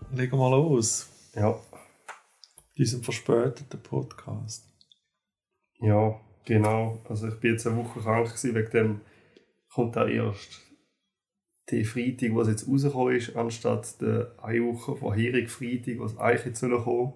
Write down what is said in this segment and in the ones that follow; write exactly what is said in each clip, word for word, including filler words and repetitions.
legen wir los. Ja. Diesen verspäteten Podcast. Ja, genau. Also ich bin jetzt eine Woche krank gewesen, wegen dem kommt da erst der Freitag, was jetzt rausgekommen ist, anstatt der eine Woche vorherigen Freitag, was eigentlich jetzt kommen soll.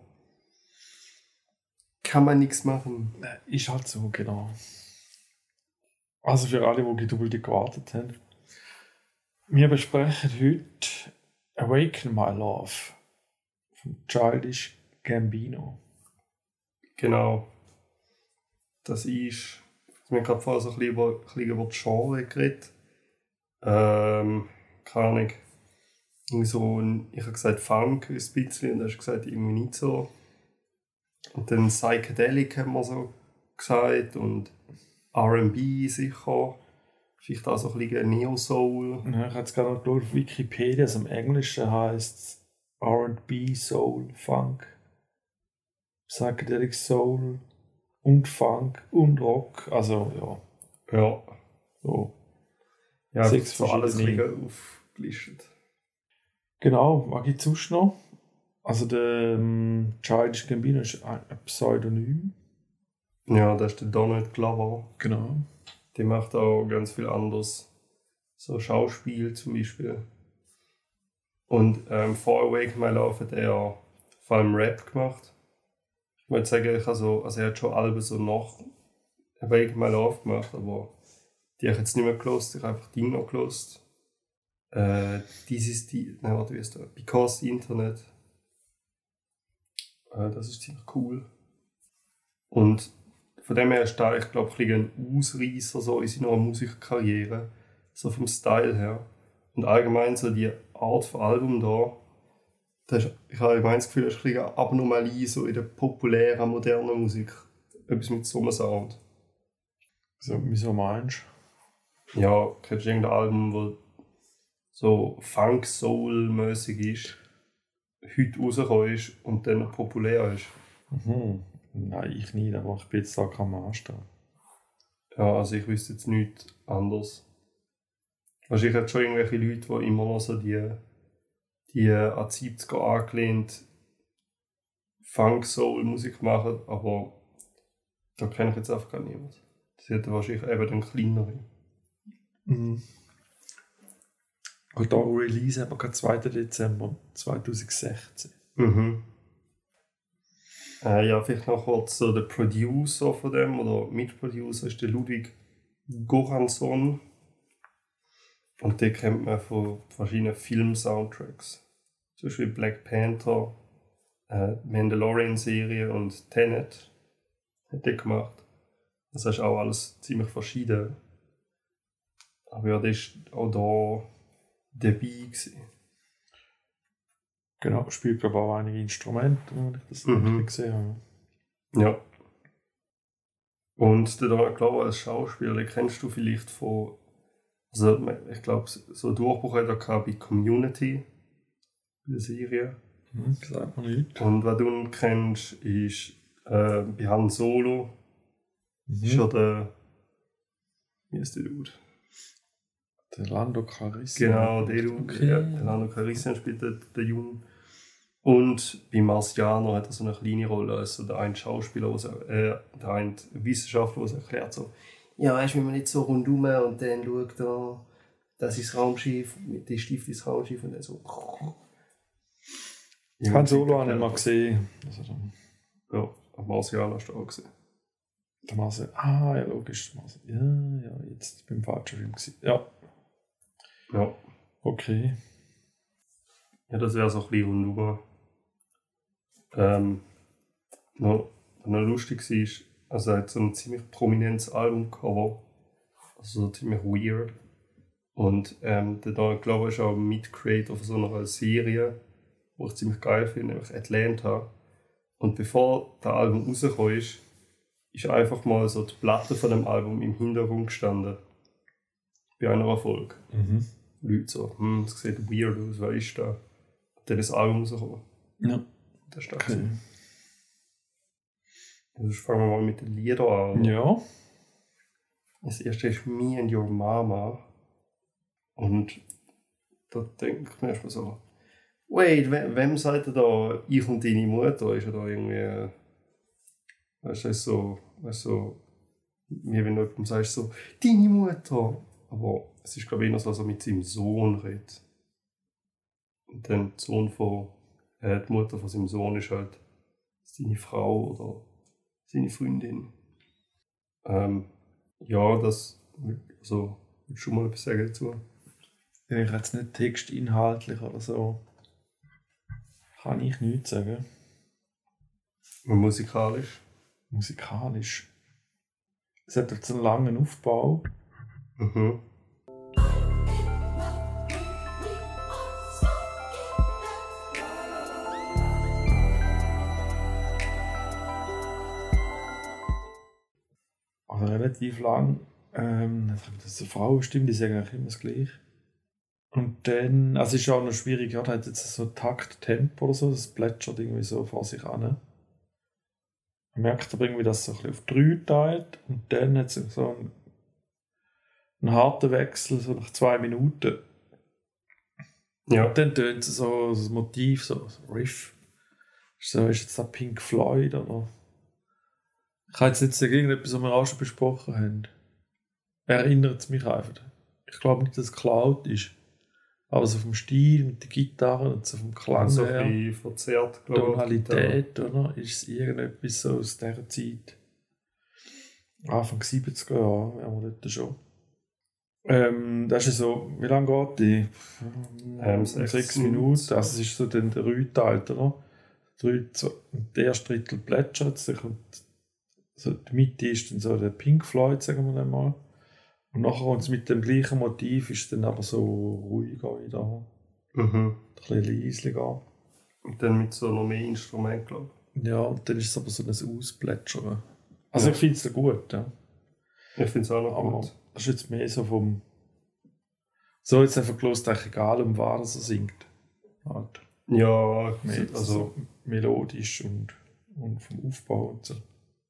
Kann man nichts machen. Ist halt so, genau. Also für alle, die geduldig gewartet haben. Wir besprechen heute Awaken My Love von Childish Gambino. Genau. Das ist... Wir haben gerade vorher so ein bisschen über, ein bisschen über das Genre geredet. Ähm, keine Ahnung. Irgendwie so ein, ich habe gesagt Funk ein bisschen und du hast gesagt irgendwie nicht so. Und dann Psychedelic haben wir so gesagt und R and B sicher. Vielleicht auch so ein bisschen Neo-Soul. Ja, ich habe jetzt gerade noch geschaut auf Wikipedia, also im Englischen heisst es R and B, Soul, Funk, Psychedelic Soul und Funk und Rock. Also ja. Ja. So. Ja, Sechs so alles ein verschiedene. bisschen aufgelistet. Genau, was gibt es sonst noch? Also der ähm, Childish Gambino ist ein ein Pseudonym. Ja, das ist der Donald Glover. Genau. Der macht auch ganz viel anderes. So Schauspiel zum Beispiel. Und ähm, vor Awake My Love hat er vor allem Rap gemacht. Ich würde sagen, ich also, also er hat schon Alben so nach Awake My Love gemacht, aber die habe ich jetzt nicht mehr gelost, ich habe einfach die noch gelost. Äh, This is die, nein, warte, wie ist das? Because the Internet. Äh, das ist ziemlich cool. Und von dem her ist da, ich glaube, ein Ausreißer so in seiner Musikkarriere, so vom Style her. Und allgemein so die Art von Album da, das ist, ich habe allgemein das Gefühl, das ist ein eine Abnormalie so in der populären, modernen Musik. Etwas mit so einem Sound. So, wieso meinst du? Ja, kennst du irgendein Album, das so Funk-Soul-mäßig ist, heute rausgekommen ist und dann noch populär ist? Mhm. Nein, ich nicht, aber ich bin jetzt da kein Master. Ja, also ich wüsste jetzt nichts anderes. Wahrscheinlich hat es schon irgendwelche Leute, die immer noch so die, die an die siebziger angelehnt Funk-Soul-Musik machen, aber da kenne ich jetzt einfach gar niemanden. Das hätte wahrscheinlich eben den kleineren. Mhm. Und da Release haben wir gerade zweiten Dezember zweitausendsechzehn. Mhm. Äh, ja, vielleicht noch kurz so der Producer von dem, oder Mitproducer ist der Ludwig Göransson. Und den kennt man von verschiedenen Film-Soundtracks. Zum Beispiel Black Panther, äh, Mandalorian-Serie und Tenet hat der gemacht. Das ist auch alles ziemlich verschieden. Aber ja, der war auch da dabei gewesen. Genau, spielt glaube ich auch einige Instrumente, wenn ich das Mhm. richtig gesehen habe. Ja. Und der Donald Glover als Schauspieler, den kennst du vielleicht von, also ich glaube, so Durchbruch hat er gehabt bei Community, bei der Serie. Mhm, das sagt man nicht. Und was du ihn kennst, ist äh, bei Han Solo, Mhm. ist er der, wie ist der Dude? Der Lando Calrissian. Genau, der Dude, Okay. ja, der Lando Calrissian spielt der, der Jung. Und bei Marciano hat er so eine kleine Rolle, also der eine Schauspieler, was äh, der eine Wissenschaftler, der erklärt so, ja, weißt du, wenn man nicht so rundum und dann schaut da, das ist das Raumschiff, mit dem Stift ins Raumschiff und dann so. Han Solo habe ich mal gesehen. Also, dann- Ja, aber Marciano hast du auch gesehen. der Marcel. Ah, ja, logisch. Marcel. Ja, ja, jetzt beim falschen Film gewesen. Ja, Ja, okay. ja das wäre so ein bisschen rundum. Ähm, noch, noch lustig war, also er hat so ein ziemlich prominentes Albumcover, also so ziemlich weird. Und ähm, der Donald Glover ist auch Mitcreator von so einer Serie, die ich ziemlich geil finde, nämlich Atlanta. Und bevor das Album rausgekommen ist, ist einfach mal so die Platte von dem Album im Hintergrund gestanden. Bei einer Folge. Mhm. Leute so, hm, das sieht weird aus, was ist da? Und dann ist das Album rausgekommen. Ja, Das ist das. okay. Also fangen wir mal mit den Liedern an. Ja. Das erste ist Me and Your Mama. Und da denke ich mir erstmal so, Wait, we wem sagt er da, ich und deine Mutter? Ist er da irgendwie. Weißt du, so. Weißt du, so, wie wenn du jemandem sagst, so, deine Mutter. Aber es ist, glaube ich, eher so, dass er mit seinem Sohn redet. Und dann die Sohn von. Äh, die Mutter von seinem Sohn ist halt seine Frau oder seine Freundin. Ähm, ja, das. Also, willst du schon mal etwas sagen dazu? Ich habe jetzt nicht textinhaltlich oder so. Kann ich nichts sagen. Und musikalisch? Musikalisch. Es hat jetzt einen langen Aufbau. Mhm. Also relativ lang. Ähm, das ist eine Frauenstimme, die sagen eigentlich immer das Gleiche. Und dann, also es ist auch noch schwierig, ja, da hat jetzt so Takt, Tempo oder so, das plätschert irgendwie so vor sich an. Man merkt aber irgendwie, dass es so ein bisschen auf drei teilt und dann hat es so einen, einen harten Wechsel, so nach zwei Minuten. Ja. Und dann tönt es so das Motiv, so das Riff. So, ist jetzt das Pink Floyd oder? Ich habe jetzt nicht sagen, irgendetwas, was wir auch schon besprochen haben. Erinnert es mich einfach. Ich glaube nicht, dass es Cloud ist. Aber so vom Stil mit der Gitarre und so vom Klang So her, ein bisschen verzerrt, glaube ich. Tonalität, oder? Ist es irgendetwas so aus dieser Zeit? Anfang siebziger Jahre wären wir dort schon. Ähm, das ist so, wie lange geht die? Ähm, Um sechs sechs Minuten. Minuten. Also es ist so dann der Rüteil, oder? Drei, zwei, der erste Drittel plätschert sich und so die Mitte ist dann so der Pink Floyd, sagen wir dann mal. Und nachher kommt es mit dem gleichen Motiv, ist dann aber so ruhiger wieder. Mhm. Ein bisschen leislicher. Und dann mit so noch mehr Instrumenten, glaube ich. Ja, und dann ist es aber so ein Ausplätschern. Also Ja. ich finde es gut, ja. Ich finde es auch noch Aber gut. das ist jetzt mehr so vom... So jetzt einfach bloß egal, um was er singt. Halt. Ja, Mehr also, so melodisch und, und vom Aufbau und so.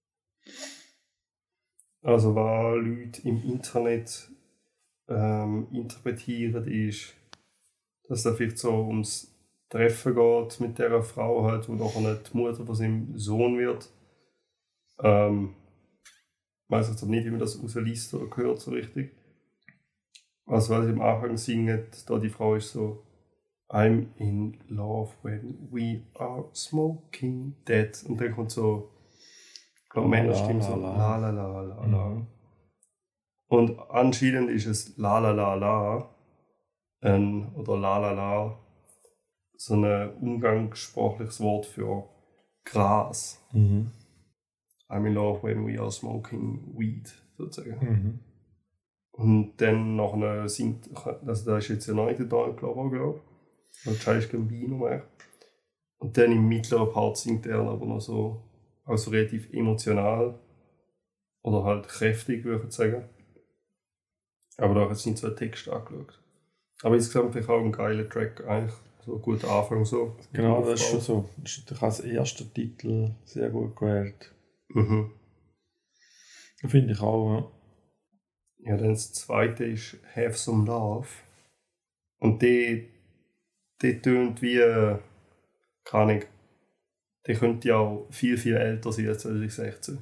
also was Leute im Internet ähm, interpretieren, ist, dass es vielleicht so ums Treffen geht mit dieser Frau, halt, wo nachher nicht die Mutter von seinem Sohn wird. Ähm, ich weiss jetzt aber nicht, wie man das rausliest oder hört so richtig. Also weil sie am Anfang singen, da die Frau ist so I'm in love when we are smoking that. Und dann kommt so, ich glaube, Männerstimme so la la la la la. Mhm. Und anscheinend ist es la la la la ähm, oder la la la so ein umgangssprachliches Wort für Gras. Mhm. I'm in love when we are smoking weed, sozusagen. Mhm. Und dann noch eine singt, also da ist jetzt ja noch nicht da, glaube ich, und Childish Gambino mehr. Und dann im mittleren Part singt er aber noch so, also relativ emotional oder halt kräftig, würde ich sagen. Aber da habe ich jetzt nicht so einen Text angeschaut. Aber insgesamt finde ich auch ein geiler Track, eigentlich so ein guter Anfang so. Genau, das ist schon so. Das ist natürlich als erster Titel sehr gut gewählt. Mhm. Finde ich auch, ja. Ja, dann das zweite ist Have Some Love. Und die, die tönt wie, äh, keine Ahnung, die könnte ja auch viel, viel älter sein als zwanzig sechzehn.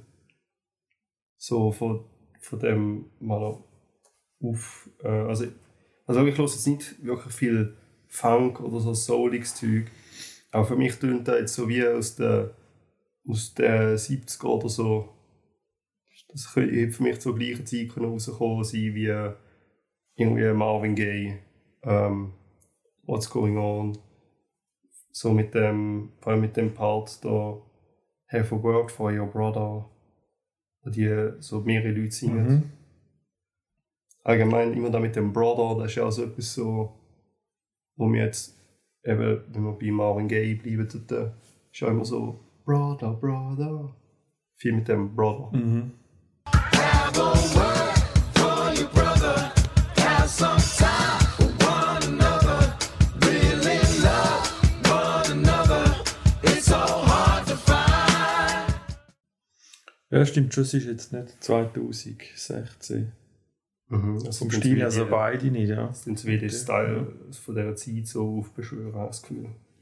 So von, von dem mal noch auf, äh, also, also ich höre jetzt nicht wirklich viel Funk oder so souliges Zeug. Aber für mich tönt das jetzt so wie aus den, aus den siebziger oder so. Das hätte für mich zur gleichen Zeit rauskommen sein wie irgendwie Marvin Gaye, ähm, What's Going On. So mit dem, vor allem mit dem Part da, Have a Word for Your Brother, wo die so mehrere Leute singen. Mhm. Allgemein immer da mit dem Brother, das ist ja auch so etwas so, wo wir jetzt eben, wenn wir bei Marvin Gaye bleiben, dort, ist ja immer so Brother, Brother. Viel mit dem Brother. Mhm. Have a word for your brother. Have some time for one another. Really love one another. It's so hard to find. Ja, stimmt schon, es ist jetzt nicht zwanzig sechzehn. Mhm. Also Vom Stil her so beide nicht, ja. sind so wie den Style von dieser Zeit so aufbeschwören, habe ich das Gefühl.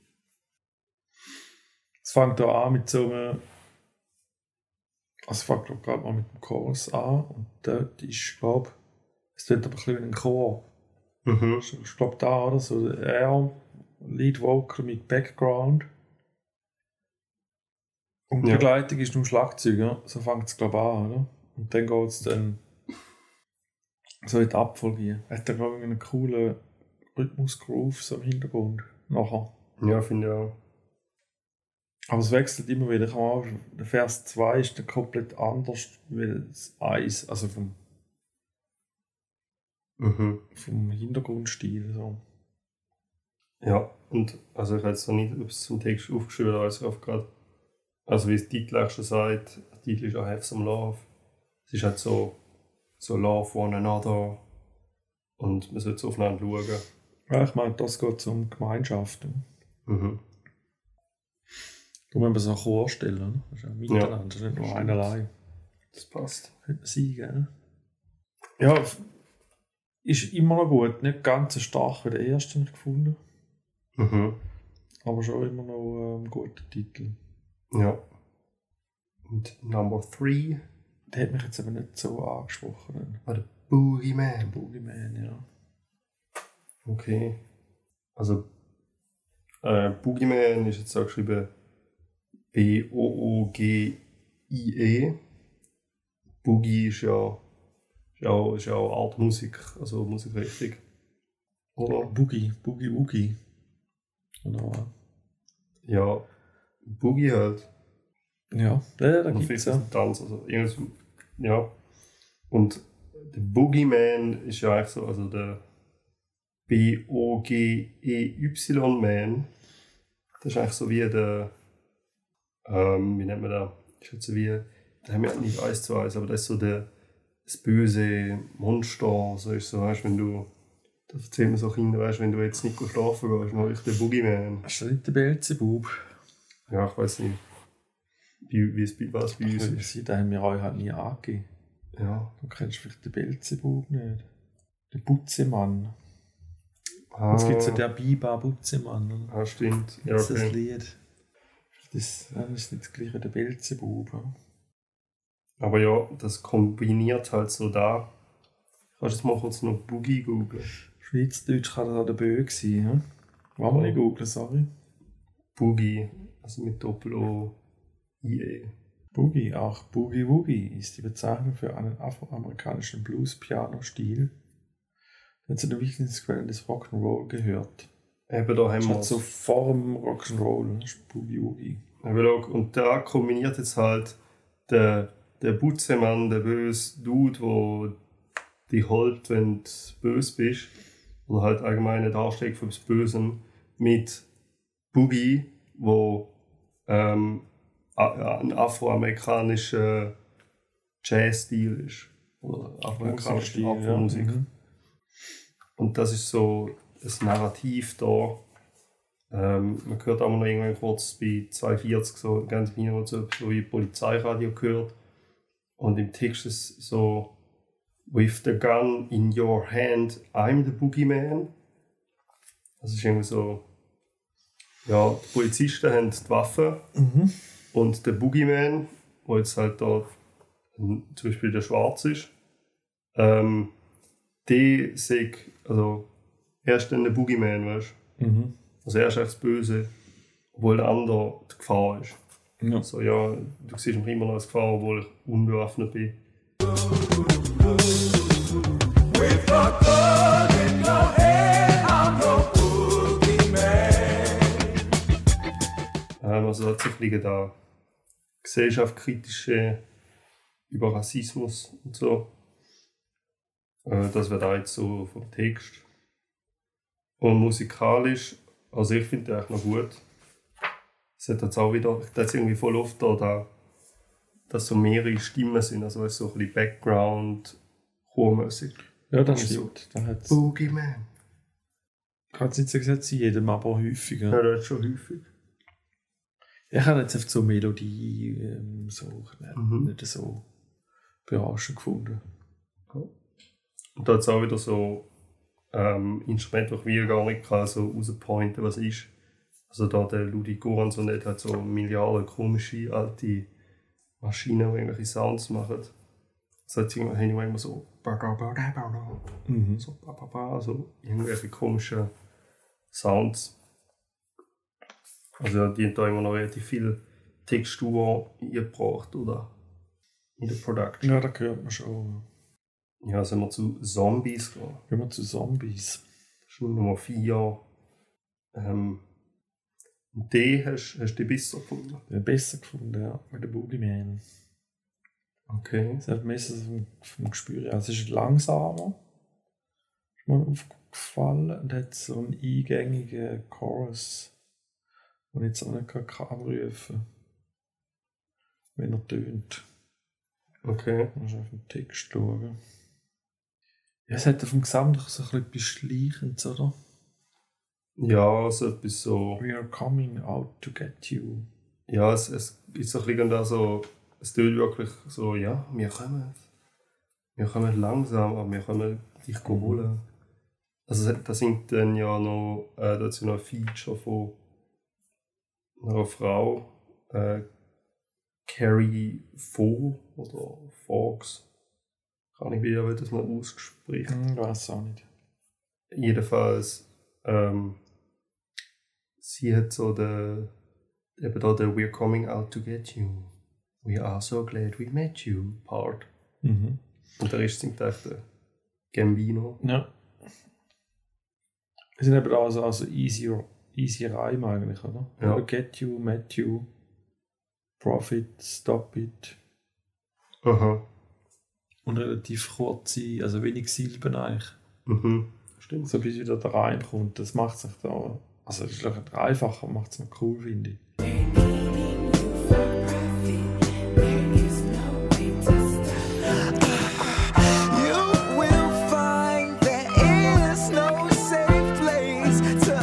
fängt da an mit so einem. Also es fängt glaub, gerade mal mit dem Chorus an. Und dort ist, glaube ich, es wird aber ein bisschen wie ein Chor. Mhm. Ich glaube da, oder? So er, Lead Vocal mit Background. Und die Ja. Begleitung ist nur Schlagzeug, ja? So fängt es, glaube ich, an, oder? Und dann geht es dann so in die Abfolge. Hat er, glaube ich, einen coolen Rhythmus-Groove so im Hintergrund. Nachher. Ja, finde ich auch. Aber es wechselt immer wieder. Ich auch, der Vers zwei ist dann komplett anders wie das eins, also vom, Mhm. vom Hintergrundstil. So. Ja, und also ich habe jetzt noch nicht ob es zum Text aufgeschrieben, aber ich habe gerade, also wie das Titel auch schon sagt, der Titel ist auch Have Some Love. Es ist halt so, so Love one another und man sollte so aufeinander schauen. Ja, ich meine, das geht um Gemeinschaft. Mhm. Da muss man sich auch vorstellen. Oder? Das ist ja miteinander, das ist nicht nur einer allein. Das passt. Könnte man sein, gell? Ja, f- ist immer noch gut. Nicht ganz so stark wie der erste, habe ich gefunden. Mhm. Aber schon immer noch ein ähm, guter Titel. Ja. Und Number three Der hat mich jetzt aber nicht so angesprochen. war der Boogeyman. Boogeyman, ja. Okay. Also, äh, Boogeyman ist jetzt auch geschrieben B O O G I E. Boogie ist ja, ist ja, auch, ist ja auch Art Musik, also Musikrichtung. Oder? Boogie, Boogie Woogie. Genau. Ja, Boogie halt. Ja, ja da Und gibt vielleicht es ist ja. ein Tanz, also irgendwas, ja. Und der Boogeyman ist ja eigentlich so, also der B O G E Y Man, das ist eigentlich so wie der, ähm, wie nennt man das? Das ist jetzt so wie, da haben wir nicht eins zu eins, aber das ist so der, das böse Monster, so ist so, weißt du, wenn du, das erzählt man so Kinder, weißt du, wenn du jetzt nicht schlafen gehst, dann ist der Boogeyman. Ist das nicht der Beelzebub? Ja, ich weiß nicht, wie, wie es bei, was bei uns Könnte ist. sein, den haben wir euch halt nie angegeben. Ja. Du kennst vielleicht den Beelzebub nicht. Der Butzemann. Ah, Jetzt gibt es ja den Biba Butzemann. Oder? ah, stimmt. Ja, Das ist das okay. Lied. Das, das ist nicht das gleiche, der Beelzebub. Ja? Aber ja, das kombiniert halt so da. Kannst du jetzt mal kurz noch Boogie googeln? Schweizerdeutsch kann das auch der Bö sein. Ja? Wollen wir nicht googeln, sorry. Boogie, also mit Doppel-O-I-E. Boogie, auch Boogie Woogie, ist die Bezeichnung für einen afroamerikanischen Blues-Piano-Stil, der zu den Wichtigkeiten des Rock'n'Roll gehört. Eben da haben Das wir hat so Form Rock'n'Roll, das ist Boogie Woogie. Eben da, und da kombiniert jetzt halt der, der Butzemann, der böse Dude, der dich holt, wenn du böse bist, oder halt allgemeine Darstellung vom Bösen, mit Boogie, wo ähm, a- ein afroamerikanischer Jazz-Stil ist. Oder afroamerikanische Musikstil, Art von ja. Musik. Mhm. Und das ist so das Narrativ da. Ähm, man hört auch noch irgendwann kurz bei zweiundvierzig so ganz im Hintergrund so, so wie Polizeiradio gehört. Und im Text ist es so: With the gun in your hand, I'm the boogeyman. Das ist irgendwie so, ja, die Polizisten haben die Waffe Mhm. und der Boogeyman, der jetzt halt da ähm, zum Beispiel der Schwarz ist, ähm, der sagt, also er ist dann der Boogeyman, weißt du? Mhm. Also er ist echt das Böse, obwohl der andere die Gefahr ist. Ja. So, ja, du siehst mich immer noch als Gefahr, obwohl ich unbewaffnet bin. With a gun in your hand, I'm your boogeyman. Ähm, also hat sich da gesellschaftskritische über Rassismus und so. Äh, das wird auch jetzt so vom Text. Und musikalisch, also ich finde den eigentlich noch gut. Es hat jetzt auch wieder, das ist irgendwie voll oft da, da dass so mehrere Stimmen sind, also weißt, so ein bisschen Background, chormäßig. Ja, das Also, stimmt. Da hat's, Boogeyman. ich kann es nicht sagen, es in jedem, aber häufiger. Ja, das ist schon häufig. Ich habe jetzt einfach so Melodie ähm, so, nicht, Mhm. nicht so berauschend gefunden. Und da hat es auch wieder so ähm, Instrumente, die ich wie gar nicht kann, so rauspointen, was ist. Also da der Ludwig Göransson, der hat so Milliarden komische alte Maschinen, die irgendwelche Sounds machen. Das hat irgendwie immer so Mhm. so, ba, ba, ba, so irgendwelche komischen Sounds. Also ja, die haben da immer noch relativ viel Textur eingebracht, oder? In der Production. Ja, da hört man schon. Ja, sind wir zu Zombies gegangen. Gehen wir zu Zombies. Schon Nummer vier. Ähm, D hast, hast du besser gefunden. Den besser gefunden, ja, mit dem Boogeyman. Okay. Das hat mir so vom, vom Gespür her. Also es ist langsamer. Ist mir aufgefallen und hat so einen eingängigen Chorus, den ich jetzt auch nicht kann abrufen kann. Wenn er tönt. Okay. Du musst auf den Text schauen. Ja, es hat auf dem Gesamt so ein bisschen etwas Schleichendes, oder? Ja, so etwas so. We are coming out to get you. Ja, es, es ist so ein bisschen da so. Es tut wirklich so, ja, wir kommen. Wir kommen langsam, aber wir kommen dich holen. Also da sind dann ja noch, äh, da ist ja noch ein Feature von einer Frau, äh, Carrie Faux oder Fox. Kann ich wieder, wie das man ausspricht. Hm, weiß auch nicht. Jedenfalls, ähm, sie hat so den, eben da den We're coming out to get you. We are so glad we met you Part. Mhm. Und der Rest singt einfach der Gambino. Ja. Es sind eben auch so also easy, easy Reime eigentlich, oder? Ja. Oder get you, met you, profit, stop it. Aha. Und relativ kurze, also wenig Silben eigentlich. Mhm. Stimmt. So bis wieder da reinkommt. Das macht sich da, also das ist ein bisschen einfacher, macht es noch cool, finde ich. You will find there is no safe place to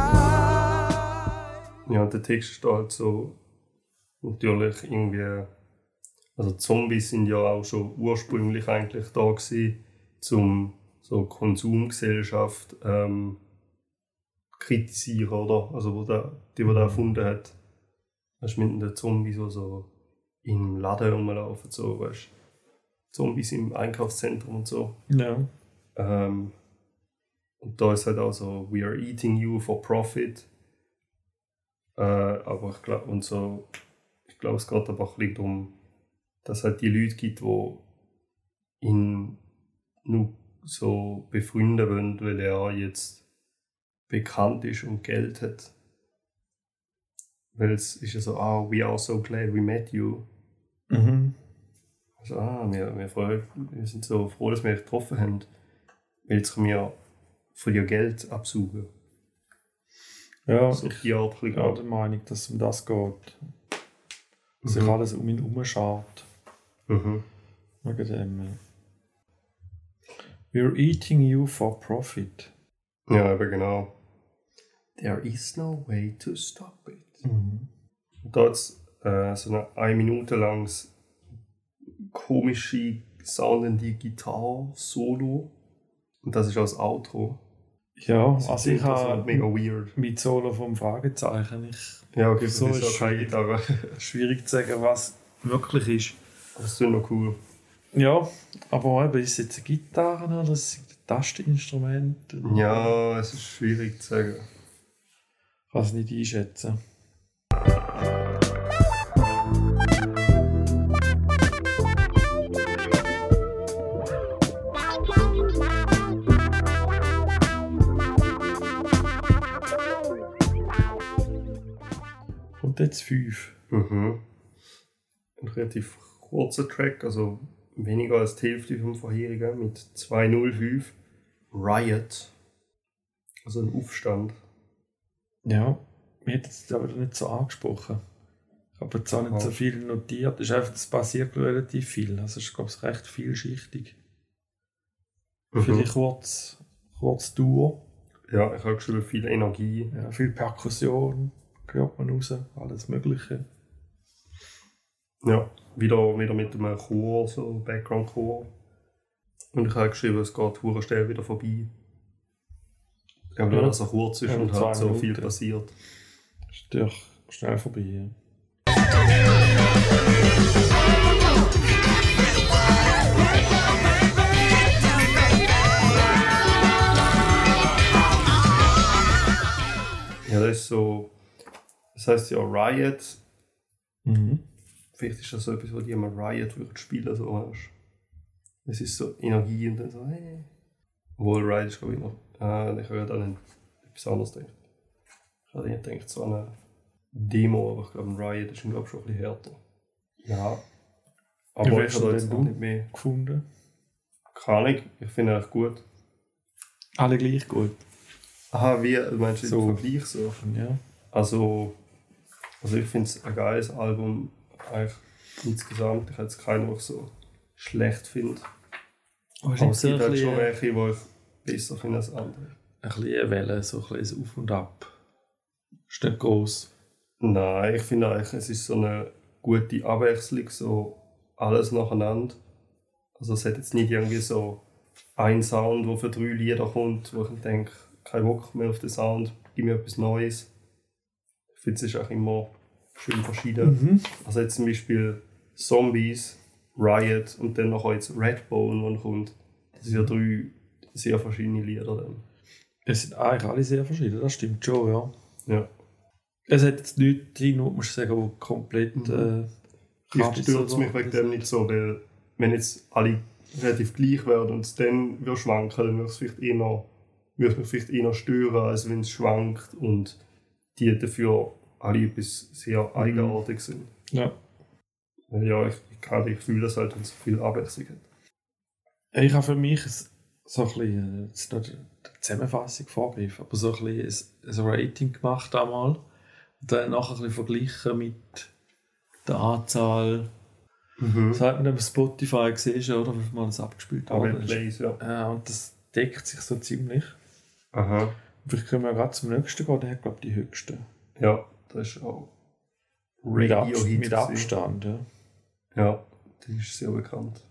hide. Ja, und der Text ist da halt so natürlich irgendwie. Also Zombies sind ja auch schon ursprünglich eigentlich da gewesen, zum so Konsumgesellschaft ähm, kritisieren, oder? Also wo der, die, die da erfunden hat, weißt du, mit den Zombies, die so im Laden rumlaufen, so, weißt du, Zombies im Einkaufszentrum und so. Ja. Ähm, und da ist halt auch so, we are eating you for profit. Äh, aber ich glaube, und so, ich glaube, es geht aber ein bisschen darum, dass es halt die Leute gibt, die ihn nur so befreunden wollen, weil er jetzt bekannt ist und Geld hat. Weil es ist ja so, ah, we are so glad we met you. Mhm. Also, ah, wir, wir, freuen, wir sind so froh, dass wir dich getroffen haben. Weil jetzt können wir von dir Geld absaugen. Ja, So ich die Art bin ein auch bisschen. der Meinung, dass es um das geht. Dass sich Mhm. alles um ihn herumschart. Mhm. Wegen dem. äh, We're eating you for profit. Ja, aber genau. There is no way to stop it. Mhm. Und da jetzt äh, so ein eine Minute langes komische, soundende Gitarre-Solo. Und das ist auch das Outro. Ja, Das also ich klingt also habe mega weird. mit Solo vom Fragezeichen. Ich Ja, okay, das So ist ist auch keine Gitarre. schwierig zu sagen, was wirklich ist. Das ist noch cool. Ja, aber eben, ist es jetzt eine Gitarre oder ist es ein Tasteninstrument? Ja, es ist schwierig zu sagen. Ich kann es nicht einschätzen. Und jetzt fünf. Mhm. Ein relativ kurzer Track, also weniger als die Hälfte vom vorherigen, mit zwei null fünf. Riot. Also ein Aufstand. Ja, mir hat es aber nicht so angesprochen. Ich habe jetzt auch nicht Ja. so viel notiert. Es ist einfach, es passiert relativ viel. Also es ist, glaube ich, recht vielschichtig. Für die kurz, kurz Tour. Ja, ich habe geschrieben, viel Energie. Ja, viel Perkussion. Hört man raus. Alles Mögliche. Ja, wieder, wieder mit einem Chor, so Background-Chor. Und ich habe geschrieben, es geht hure schnell wieder vorbei. Ja, weil Ja. er so kurz ist Ja, und zwei halt so viel Minuten. passiert. Ist natürlich schnell vorbei. Ja. Ja, das ist so. Das heisst ja Riot. Mhm. Vielleicht ist das so etwas, wo die immer Riot würden spielen, so weißt. Es ist so Energie und dann so, hey. Obwohl Riot ist, glaube ich, noch. Ah, ich habe dann etwas anderes gedacht. Ich habe nicht gedacht, so eine Demo, aber ich glaube, ein Riot ist, glaube ich, schon ein bisschen härter. Ja. Aber Wie ich hast habe du jetzt denn noch du nicht mehr. gefunden? Keine Ahnung, ich finde ihn echt gut. Alle gleich gut. Aha, wie meinst du So. den Vergleich so? Ja. Also, also ich finde es ein geiles Album, eigentlich insgesamt. Ich hätte es keinen, den ich so schlecht finde. Aber Aber es so gibt ein halt schon bisschen, welche, die ich besser finde als andere. ein bisschen eine Welle, so ein bisschen Auf und Ab. Ist nicht gross. Nein, ich finde eigentlich, es ist so eine gute Abwechslung, so alles nacheinander. Also es hat jetzt nicht irgendwie so einen Sound, der für drei Lieder kommt, wo ich denke, kein Bock mehr auf den Sound, gib mir etwas Neues. Ich finde, es ist auch immer schön verschieden. Mhm. Also jetzt zum Beispiel Zombies, Riot und dann noch jetzt Redbone, der kommt. Das sind ja drei sehr verschiedene Lieder dann. Es sind eigentlich alle sehr verschieden, das stimmt schon, ja. Ja. Es hat jetzt nichts drin, muss ich sagen, wo komplett Mhm. äh, Vielleicht Kabis stört es oder- mich wegen dem nicht so, weil wenn jetzt alle relativ gleich wären und es dann würde schwanken, dann würde es vielleicht eher noch, würde es mich vielleicht eher noch stören, als wenn es schwankt und die dafür alle etwas sehr eigenartig sind. Ja. Weil ja, ich, ich, kann- ich fühle das halt, wenn es so viel Abwechslung hat. Ich habe für mich ein- so ein bisschen, äh, jetzt nicht eine Zusammenfassung vorgegriffen, aber so ein bisschen ein, ein Rating gemacht einmal und dann nachher ein bisschen verglichen mit der Anzahl, Mhm. sagt man, wenn man Spotify siehst, oder, wie man das abgespielt Aber worden ist. Plays, ja. Ja, und das deckt sich so ziemlich. Aha. Vielleicht können wir gerade zum nächsten gehen, der hat, glaube ich, die höchste. Ja, das ist auch Mit, Ab Radio-Hit mit gewesen. Abstand, ja. Ja, das ist sehr bekannt.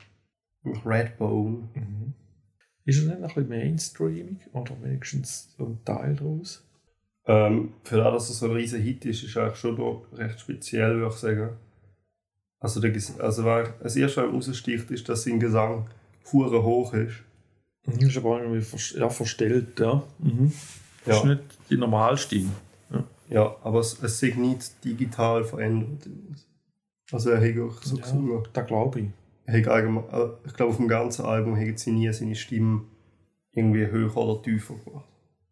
Redbone. Mhm. Ist er nicht noch ein bisschen mainstreamig oder wenigstens so ein Teil daraus? Ähm, für das, dass es so ein riesen Hit ist, ist eigentlich schon noch recht speziell, würde ich sagen. Also, der, Ges- also wer das erste, was raussticht, ist, dass sein Gesang hure hoch ist. Mhm, ist aber irgendwie vers ja, verstellt, ja. Mhm. Das ist Ja, nicht die Normalstimme. ja aber es, es ist nicht digital verändert. Also er hat auch so Ja, gesungen. das glaube ich. Er hat allgemein, äh, ich glaube, auf dem ganzen Album hat sie nie seine Stimme irgendwie höher oder tiefer gemacht.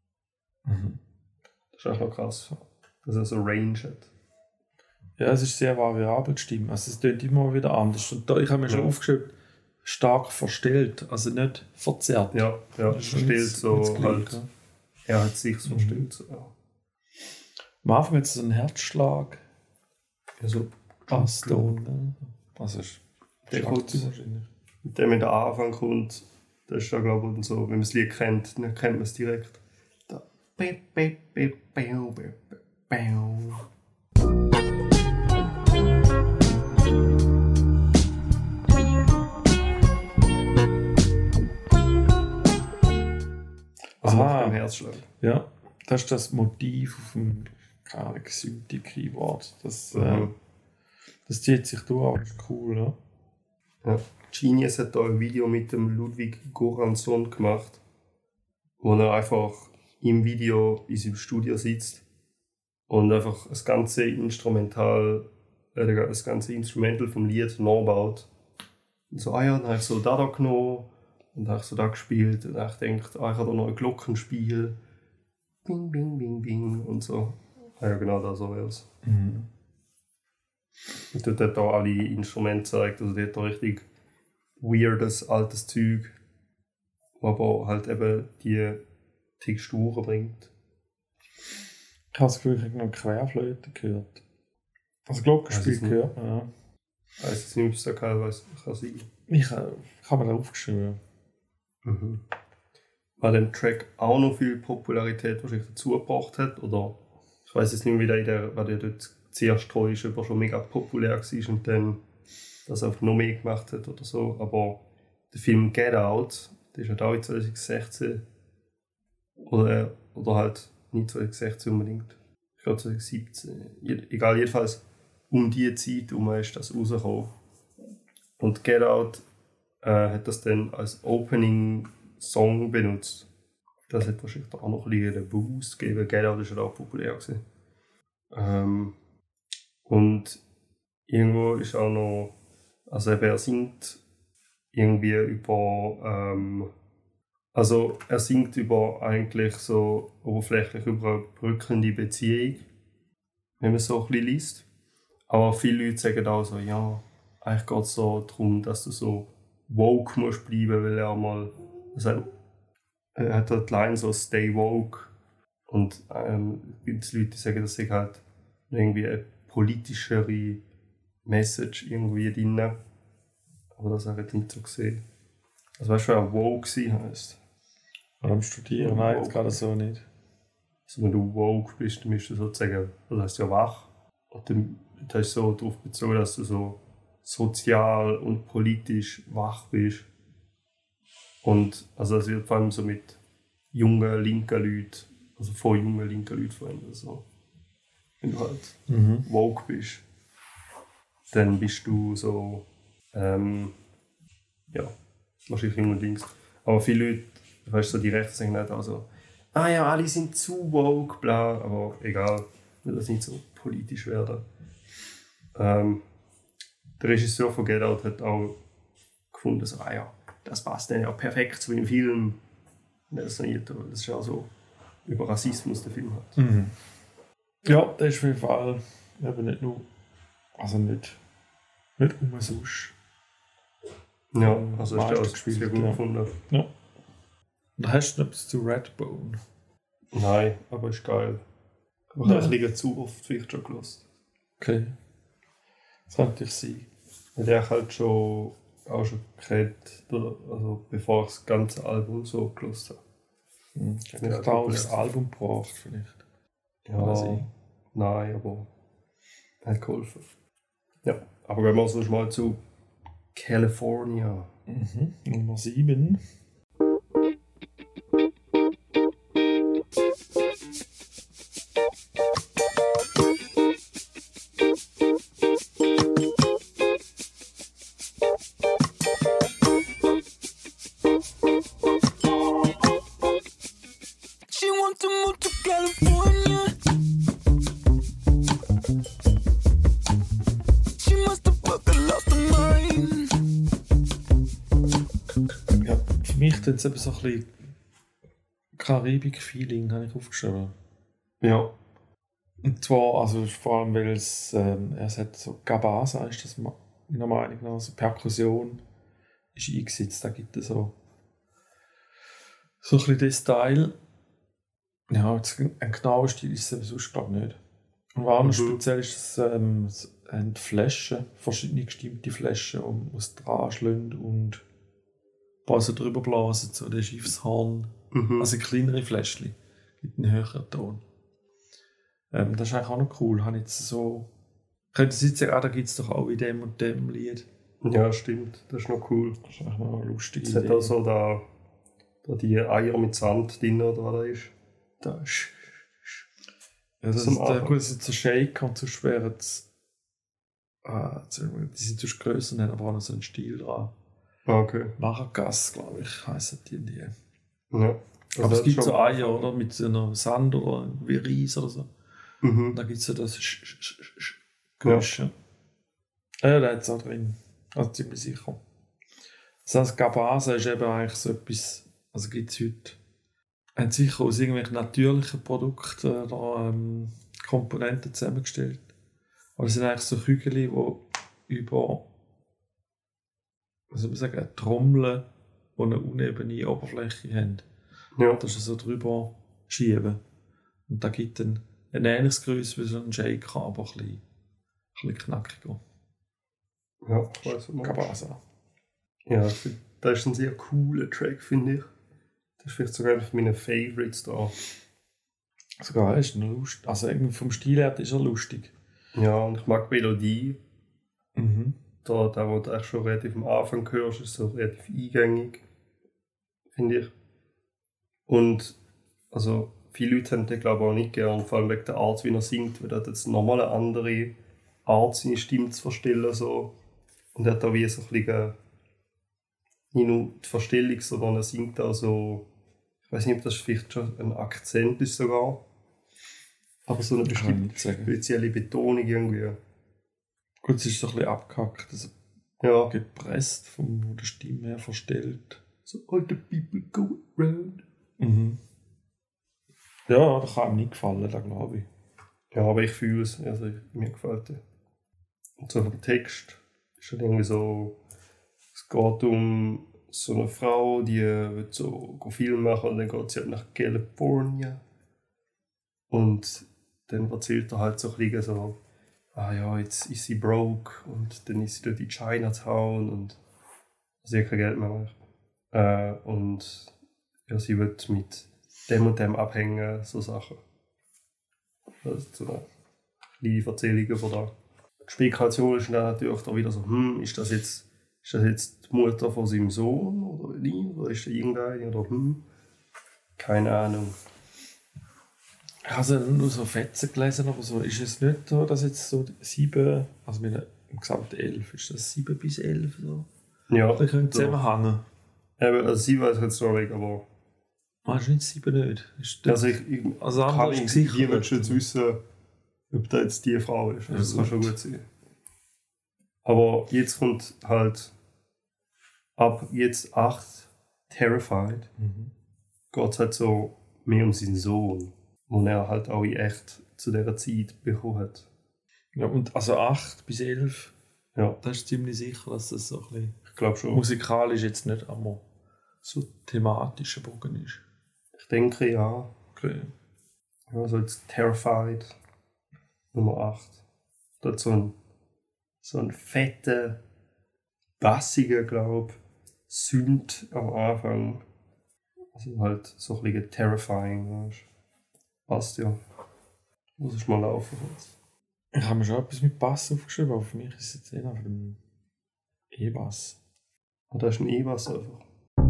Mhm. Das ist auch noch krass, dass er so Range hat. Ja, es ist sehr variabel, die Stimme. Also es klingt immer wieder anders. Und da, ich habe mir schon Ja. aufgeschrieben, stark verstellt, also nicht verzerrt. Ja, ja, Das ist verstellt nicht- so nicht das Gleiche, halt. ja. Er hat sich so Mhm. verstellt. So, ja. Am Anfang hat es so einen Herzschlag, Also, Basston. Ne? Also ist Der Schlagzeug kommt- wahrscheinlich. mit dem, wenn der Anfang kommt, das ist ja, glaube ich, so, wenn man das Lied kennt, dann kennt man es direkt. Da. Also Aha. nach dem Herzschlag. Ja, das ist das Motiv auf dem, keine Ahnung, Synthi-Keyboard. Das, äh, Mhm. das zieht sich durch, das ist cool, ja. Ja. Genius hat da ein Video mit dem Ludwig Goransson gemacht, wo er einfach im Video in seinem Studio sitzt und einfach das ganze Instrumental, äh, das ganze Instrumental vom Lied nachbaut. Und so, ah ja, dann habe ich so da, da genommen und dann habe ich so da gespielt und dann habe ich gedacht, ah, ich habe da noch ein Glockenspiel. Bing, bing, bing, bing und so. Ah ja, genau, da so wäre es. Mhm. Und dort hat er alle Instrumente gezeigt, also dort hat er richtig weirdes, altes Zeug, wo aber halt eben die Texturen bringt. Ich habe das Gefühl, ich habe noch Querflöte gehört. Also Glockenspiel Weiss es nicht. gehört, ja. Ich weiss jetzt nicht, ob es da teilweise kann sein. Ich, äh, ich habe mir da aufgeschrieben. Mhm. Weil dem Track auch noch viel Popularität wahrscheinlich dazu gebracht hat, oder ich weiß jetzt nicht mehr, wie der, in der, weil der dort zuerst treu ist, aber schon mega populär war und dann das einfach noch mehr gemacht hat oder so. Aber der Film Get Out, der ist halt auch in zwanzig sechzehn oder, oder halt nicht zwanzig sechzehn unbedingt. ich glaube zwanzig siebzehn, Je- egal, jedenfalls um die Zeit herum ist das rausgekommen. Und Get Out äh, hat das dann als Opening-Song benutzt. Das hat wahrscheinlich auch noch ein bisschen einen Boost gegeben, weil Get Out ist ja auch populär gewesen. Ähm, und irgendwo ist auch noch, also eben, er singt irgendwie über, ähm, also er singt über eigentlich so oberflächlich über eine brückende Beziehung, wenn man es so ein bisschen liest. Aber viele Leute sagen auch so, ja, eigentlich geht es so darum, dass du so woke musst bleiben, weil er mal, also er hat halt die Line so «Stay woke». Und ähm, es gibt Leute, die sagen, das sei halt irgendwie eine politischere Message irgendwie drin. Aber das habe ich nicht so gesehen. Also weißt du, wer woke sein heisst? Oder am Studieren? Ja, Nein, woke. jetzt gerade so nicht. Also wenn du woke bist, dann bist du sozusagen, das heisst ja wach. Und dann das ist so darauf bezogen, dass du so sozial und politisch wach bist. Und also das wird vor allem so mit jungen, linken Leuten, also von jungen, linken Leuten verwendet. Also, wenn du halt Mhm. woke bist, dann bist du so, ähm, ja, wahrscheinlich jung und links. Aber viele Leute, weißt du, so die Rechten sagen nicht auch so, ah ja, alle sind zu woke, bla, aber egal, will das nicht so politisch werden. Ähm, der Regisseur von Get Out hat auch gefunden, so, ah ja, das passt dann ja perfekt zu dem Film. Und das, nicht, das ist ja so über Rassismus der Film hat. Mhm. Ja, das ist auf jeden Fall eben nicht nur, also nicht, nicht umsonst. Ja, also ist Meister das gespielt, sehr gut ja. gefunden. Ja. Und hast du noch etwas zu Redbone? Nein, aber ist geil. Aber Ja. ich habe ein bisschen zu oft vielleicht schon gehört. Okay. Das kann natürlich sein. Weil ich halt schon auch schon kennt, also bevor ich das ganze Album so gehört habe. Mhm. Ich Ja, hätte da populär. aufs Album gebracht, vielleicht. Ja, Kann sein. nein, aber hat geholfen. Ja, aber gehen wir sonst mal zu California. Mhm. Nummer sieben. She wants to move to California. She must have fucking lost her mind. Ja, für mich tut es eben so ein bisschen Karibik-Feeling, habe ich aufgeschrieben. Ja, Und zwar, also vor allem, weil es, ähm, es hat so Gabasa, ist das ma- meiner Meinung nach, so Perkussion ist eingesetzt, da gibt es so so ein bisschen den Style. Ja, jetzt ein genauer Stil ist es eben sonst glaube ich nicht. Und was anders Mhm. speziell ist, dass ähm, es haben Flaschen, verschiedene gestimmte Flaschen, um was dran schlagen und ein paar so drüber blasen, so das Schiffshorn. mhm. Also kleinere Fläschchen, gibt einen höheren Ton. Ähm, das ist eigentlich auch noch cool. Habe ich jetzt so. Könnte Sie jetzt sagen, ah, da gibt es doch auch in dem und dem Lied. ja, stimmt, das ist noch cool. Das ist eigentlich noch eine lustige Es hat Idee. auch so da, da die Eier mit Sand drin, oder was da ist. Da ist. Ja, das zum ist, äh, Anfang. gut, das ist so Shake und sonst wären es. Ah, die sind sonst grösser und haben aber auch noch so einen Stil dran. Ah, okay. Machergas, glaube ich, heissen die. die. Ja. Also Aber es das gibt schon so am Eier, Anfang. oder? Mit so einer Sand oder wie Reis oder so. Mhm. Und da gibt es ja das Sch- Sch- Sch- Sch- Geräusch. Ja, ja da hat es auch drin. Also ziemlich sicher. Das heißt, Gabasa ist eben eigentlich so etwas, also gibt es heute, haben sicher aus irgendwelchen natürlichen Produkten äh, da, ähm, Komponenten zusammengestellt. Aber es sind eigentlich so Kügel, die über, was soll man sagen, Trommeln, die eine unebene Oberfläche haben. Ja. Das ist so drüber schieben. Und da gibt dann ein ähnliches Größe wie so ein Shaker, aber ein bisschen, ein bisschen knackiger. Ja, ich weiss, was du meinst. Gabasa. Ja, ich find, das ist ein sehr cooler Track, finde ich. Das ist vielleicht sogar einer von meinen Favorites da. Sogar ist er lustig. Also irgendwie vom Stil her ist er lustig. Ja, und ich mag die Melodie. Mhm. Da, da wo du eigentlich schon relativ am Anfang hörst, ist so relativ eingängig, finde ich. Und also viele Leute haben den glaube ich auch nicht gern, vor allem wegen der Art, wie er singt, weil er hat jetzt nochmal eine andere Art, seine Stimme zu verstellen. So. Und er hat auch wie so ein bisschen, nicht nur die Verstellung, sondern er singt auch so, ich weiß nicht, ob das vielleicht schon ein Akzent ist sogar, aber so eine Kann ich bestimmte nicht sagen. spezielle Betonung irgendwie. Gut, es ist so ein bisschen abgehackt, also Ja, gepresst, von der Stimme her verstellt. so all the people go around. Mhm. Ja, das kann ihm nicht gefallen, da glaube ich. Ja, aber ich fühle es, also ich, mir gefällt der. Und so vom Text ist halt irgendwie so, es geht um so eine Frau, die will so go Film machen und dann geht sie halt nach California. Und dann erzählt er halt so ein bisschen so, ah ja, jetzt ist sie broke und dann ist sie dort in Chinatown und sie hat kein Geld mehr. Äh, und ja, sie wird mit dem und dem abhängen, so Sachen. Das ist so eine kleine Erzählung über da. Die Spekulation ist dann natürlich da wieder so, hm, ist das jetzt, ist das jetzt die Mutter von seinem Sohn oder nicht? Oder ist das irgendeine? Oder hm? Keine Ahnung. Ich habe also nur so Fetzen gelesen, aber so ist es nicht so, dass jetzt so sieben, also wir haben gesagt elf, ist das sieben bis elf so? Ja, Da können so. zusammenhängen. Eben, also sie weiß jetzt noch nicht, aber Ah, ist nicht sieben nicht. Ist das, also ich, ich also kann anders ich, sicher wie willst du nicht. jetzt wissen, ob das jetzt die Frau ist. Ja, Das kann gut. schon gut sein. Aber jetzt kommt halt ab jetzt acht Terrified, Mhm. geht es halt so mehr um seinen Sohn, den er halt auch in echt zu dieser Zeit bekommen hat. Ja, und also acht bis elf, Ja, das ist ziemlich sicher, dass das so ein bisschen ich glaube schon. musikalisch jetzt nicht einmal so thematischer Bogen ist. Ich denke ja. Okay. Ja, also jetzt Terrified Nummer acht. Dort so ein, so ein fetter, bassiger, glaube ich, Synth am Anfang. Also halt so ein bisschen terrifying, weißt du. Passt ja. Muss ich mal laufen jetzt. Ich habe mir schon etwas mit Bass aufgeschrieben, aber für mich ist es jetzt eher auf dem E-Bass. Und da ist ein E-Bass einfach.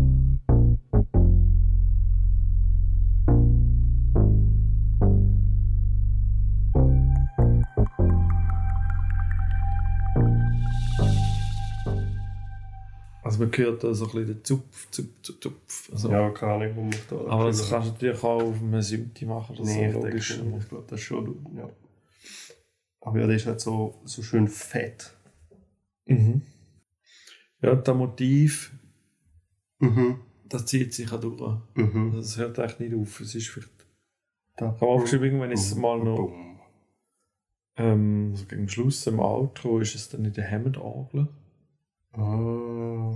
Also man hört da so ein bisschen den Zupf, Zupf, Zupf, Zupf. Also, Ja, keine Ahnung, wo mich da. aber das kannst du natürlich auch auf einem Synthi machen, das Nee, ist ich so denke logisch. schon. Ich glaube, das ist schon. Ja. Aber ja, der ist halt so, so schön fett. Mhm. Ja, das Motiv, Mhm. das zieht sich auch durch. Mhm. Das hört echt nicht auf. Es ist vielleicht. Da. Ich habe aufgeschrieben, wenn es mal noch Boom. ähm, so gegen Schluss im Outro ist es dann in der Hammond-Orgel. Ah.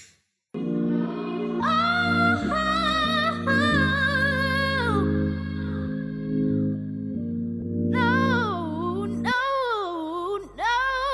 No, no, no.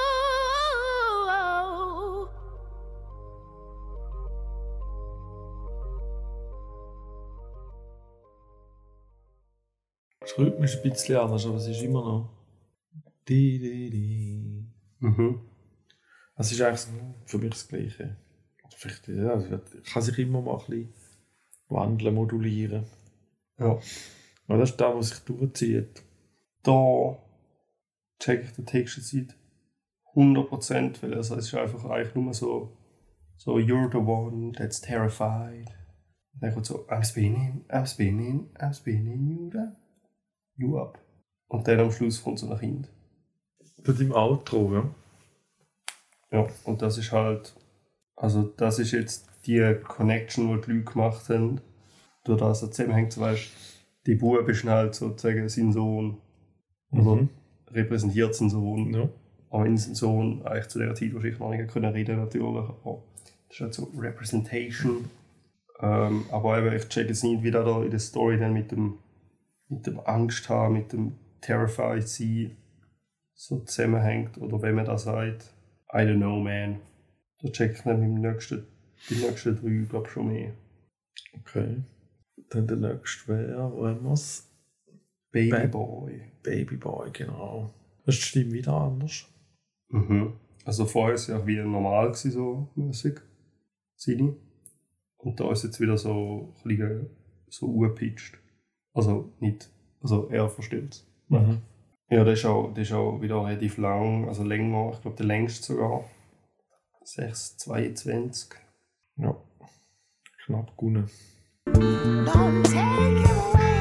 Das rhythmisch ein bisschen anders, aber es ist immer noch. Di, di, di. Mhm. Es ist eigentlich für mich das Gleiche. Oder vielleicht, ja, es wird, kann sich immer mal ein bisschen wandeln, modulieren. Ja. Aber das ist das, was sich durchzieht. Da check ich den Text jetzt nicht hundert Prozent, weil also es ist einfach eigentlich nur so, so you're the one that's terrified. Und dann kommt so I'm spinning, I'm spinning, I'm spinning you down, you up. Und dann am Schluss kommt so nach hinten. Dort im Outro, ja. Ja, und das ist halt, also das ist jetzt die Connection, die die Leute gemacht haben, durch das er zusammenhängt, so weißt, die Bube ist halt sozusagen sein Sohn, oder Mhm. repräsentiert seinen Sohn. Ja. Auch wenn sein Sohn eigentlich zu dieser Zeit wahrscheinlich noch nicht können reden natürlich, aber das ist halt so Representation. Ähm, aber eben, ich check jetzt nicht, wie da in der Story dann mit dem, mit dem Angst haben, mit dem Terrified sein so zusammenhängt, oder wenn man das sagt. I don't know, man. Da check ich dann beim nächsten, die nächsten drei, glaube ich, schon mehr. Okay. Dann der nächste wäre, wo haben wir es? Babyboy. Babyboy, genau. Das ist die Stimme wieder anders. Mhm. Also vorher ist es ja wie normal gewesen, so mäßig. Seine. Und da ist jetzt wieder so ein bisschen so urpitcht. Also nicht, also er versteht es. Mhm. Ja, das ist, auch, das ist auch wieder relativ lang, also länger, ich glaube der längste sogar. sechs zweiundzwanzig. Ja, knapp gewonnen. Don't take it away.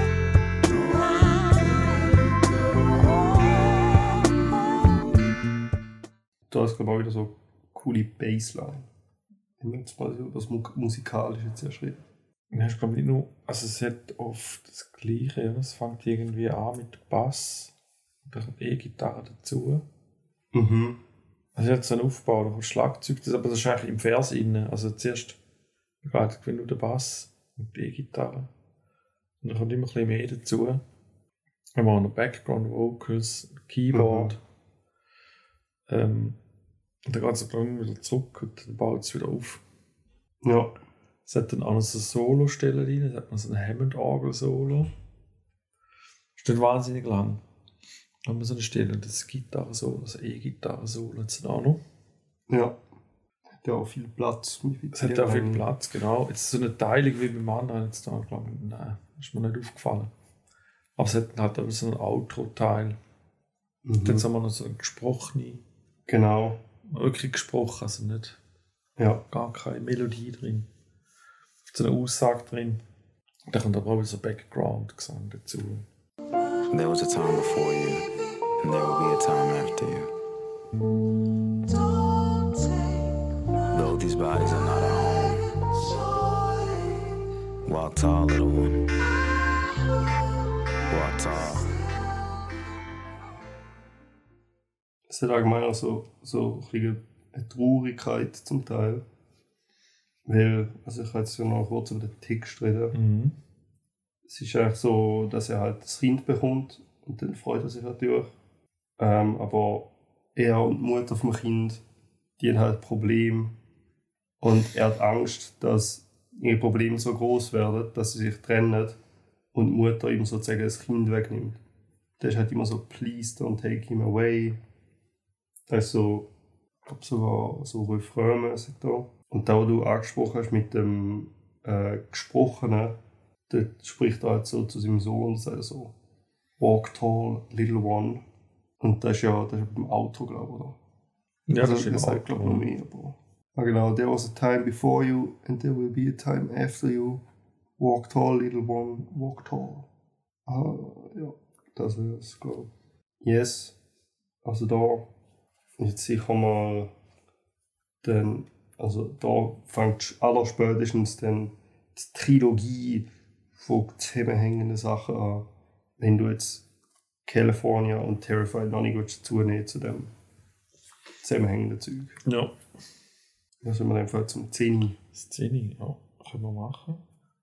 Da ist glaube ich auch wieder so eine coole Bassline. Wenn wir jetzt mal über das Mu- Musikalische zuerst reden. Ja, ich glaube nicht nur, also es hat oft das Gleiche, ja. Es fängt irgendwie an mit Bass und dann kommt E-Gitarre dazu. Mhm. Also jetzt so einen Aufbau, da kommt Schlagzeug, das, aber das ist eigentlich im Vers innen. Also zuerst geht nur der Bass und die E-Gitarre. Und dann kommt immer ein bisschen mehr dazu. Dann haben wir auch noch Background Vocals, Keyboard. Mhm. Ähm, und dann geht es dann wieder zurück und dann baut es wieder auf. Ja. Es hat dann auch noch so Solo-Stellen drin, es hat noch so ein Hammond-Orgel-Solo. Ist dann wahnsinnig lang. Dann haben wir so eine Stelle und das Gitarre-Solo, das E-Gitarre-Solo hat es dann auch noch. Ja. Hat ja auch viel Platz. Es hat auch viel Platz, genau. Jetzt so eine Teilung wie beim anderen, jetzt da, glaube ich, nein, ist mir nicht aufgefallen. Aber es hat halt auch so einen Outro-Teil. Mhm. Dann haben wir noch so eine gesprochene, Genau. wirklich gesprochen, also nicht, Ja. gar keine Melodie drin. So eine Aussage drin. Da kommt aber auch wieder so Background-Gesang dazu. There was a time before you, and there will be a time after you. Though these bodies are not our home. Walk tall, little one. Walk tall. Es hat allgemein auch so, so ein bisschen eine Traurigkeit zum Teil. Weil, also ich kann jetzt ja noch kurz über den Text reden. Mhm. Es ist eigentlich so, dass er halt das Kind bekommt und dann freut er sich natürlich. Ähm, aber er und die Mutter vom Kind, die haben halt Probleme. Und er hat Angst, dass ihre Probleme so groß werden, dass sie sich trennen und die Mutter ihm sozusagen das Kind wegnimmt. Der ist halt immer so, please don't take him away. Das ist so, ich glaube sogar so Refrain-mäßig da. Und da, was du angesprochen hast mit dem äh, Gesprochenen, dort spricht er halt so zu seinem Sohn und sagt so, walk tall, little one. Und das ist ja, das ist beim Auto, glaube ich, oder? Ja, Also, das ist im das sagt, glaube ich, noch Auto. mehr. Aber ah, genau, there was a time before you and there will be a time after you. Walk tall, little one, walk tall. Ah, ja, das wäre es, glaube ich. Yes, also da, jetzt sicher mal, dann, also da fängt allerspätestens dann die Trilogie von zusammenhängenden Sachen an, wenn du jetzt California und Terrified noch nicht dazu nehmen zu dem zusammenhängenden Zeug. Ja. Da sind wir einfach zum zehn. Szene, ja, können wir machen.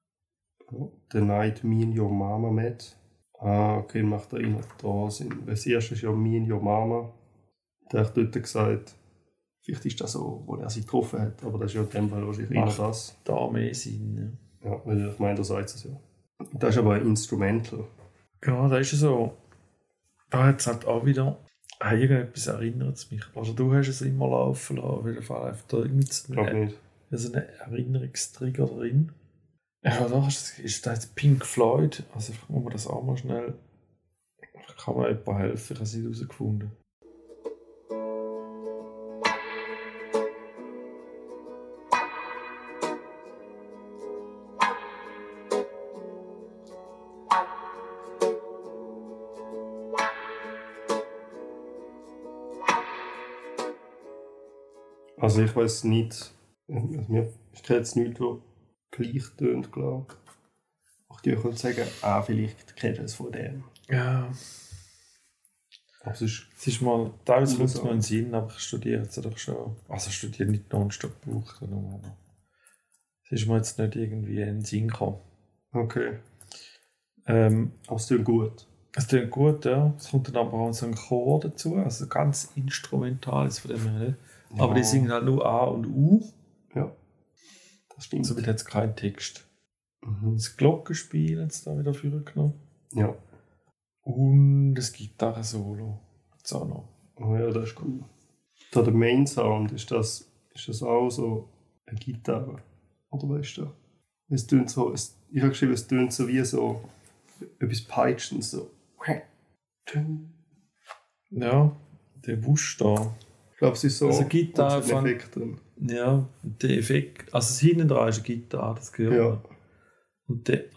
Ja. The Night Me and Your Mama Met. Ah, okay, macht er immer da Sinn. Das erste ist ja Me and Your Mama. Da hat dort gesagt, vielleicht ist das so, wo er sie getroffen hat, aber das ist ja in dem Fall wahrscheinlich immer Macht das. Da mehr Sinn, ja. Ja, weil ich meine, da sagt es ja. Das ist aber ein Instrumental. Genau, da ist es so. Da hat es halt auch wieder. Ah, irgendetwas erinnert es mich. Oder du hast es immer laufen lassen, auf jeden Fall. Einfach da Ich glaube irgendein nicht. so ein Erinnerungstrigger drin. Ja, da ist, ist da jetzt Pink Floyd. Also, muss man das auch mal schnell. Kann mir jemand helfen? Ich habe es nicht herausgefunden. Also ich weiß nicht, also mir, ich kenne jetzt nichts, was gleich tönt, glaube ich. Auch die können sagen, ah, vielleicht kennst du es von dem. Ja. Aber es ist, Es ist mal, teilweise Coole kommt es noch Sache. in den Sinn, aber ich studiere jetzt doch schon. Also ich studiere nicht nonstop Buch, aber es ist mir jetzt nicht irgendwie in den Sinn gekommen. okay. Ähm, Aber es tönt gut. es klingt gut, ja. Es kommt dann aber auch so ein Chor dazu, also ganz instrumental ist von dem her nicht. Aber die singen halt nur A und U, Ja, das stimmt. somit hat es keinen Text. Mhm. Das Glockenspiel hat es da wieder vorgenommen. Ja. Und das Gitarre-Solo hat es auch noch. Oh ja, das ist cool. Da der Main Sound, ist das, ist das auch so eine Gitarre? Oder weißt du? Es tönt so, es, ich habe geschrieben, es tönt so wie so etwas peitscht und so. Ja, der Wusch da. Ich glaube, es ist so Also Gitarre ein fang- Effekt drin. Ja, der Effekt, also das hinten dran ist eine Gitarre, das gehört Ja. man. Und der